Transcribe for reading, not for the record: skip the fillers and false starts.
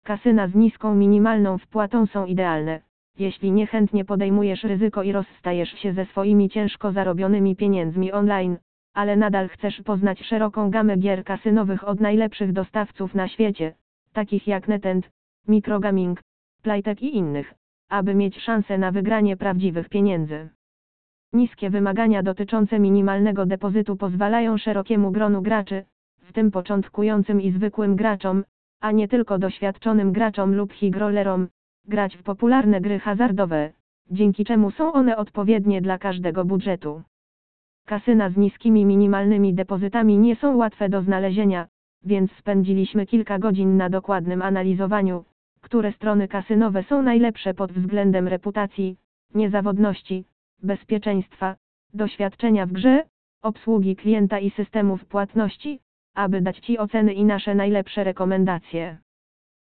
Kasyna z niską minimalną wpłatą są idealne, jeśli niechętnie podejmujesz ryzyko i rozstajesz się ze swoimi ciężko zarobionymi pieniędzmi online, ale nadal chcesz poznać szeroką gamę gier kasynowych od najlepszych dostawców na świecie, takich jak NetEnt, Microgaming, Playtech i innych, aby mieć szansę na wygranie prawdziwych pieniędzy. Niskie wymagania dotyczące minimalnego depozytu pozwalają szerokiemu gronu graczy, w tym początkującym i zwykłym graczom, a nie tylko doświadczonym graczom lub high-rollerom, grać w popularne gry hazardowe, dzięki czemu są one odpowiednie dla każdego budżetu. Kasyna z niskimi minimalnymi depozytami nie są łatwe do znalezienia, więc spędziliśmy kilka godzin na dokładnym analizowaniu, które strony kasynowe są najlepsze pod względem reputacji, niezawodności, bezpieczeństwa, doświadczenia w grze, obsługi klienta i systemów płatności, aby dać Ci oceny i nasze najlepsze rekomendacje.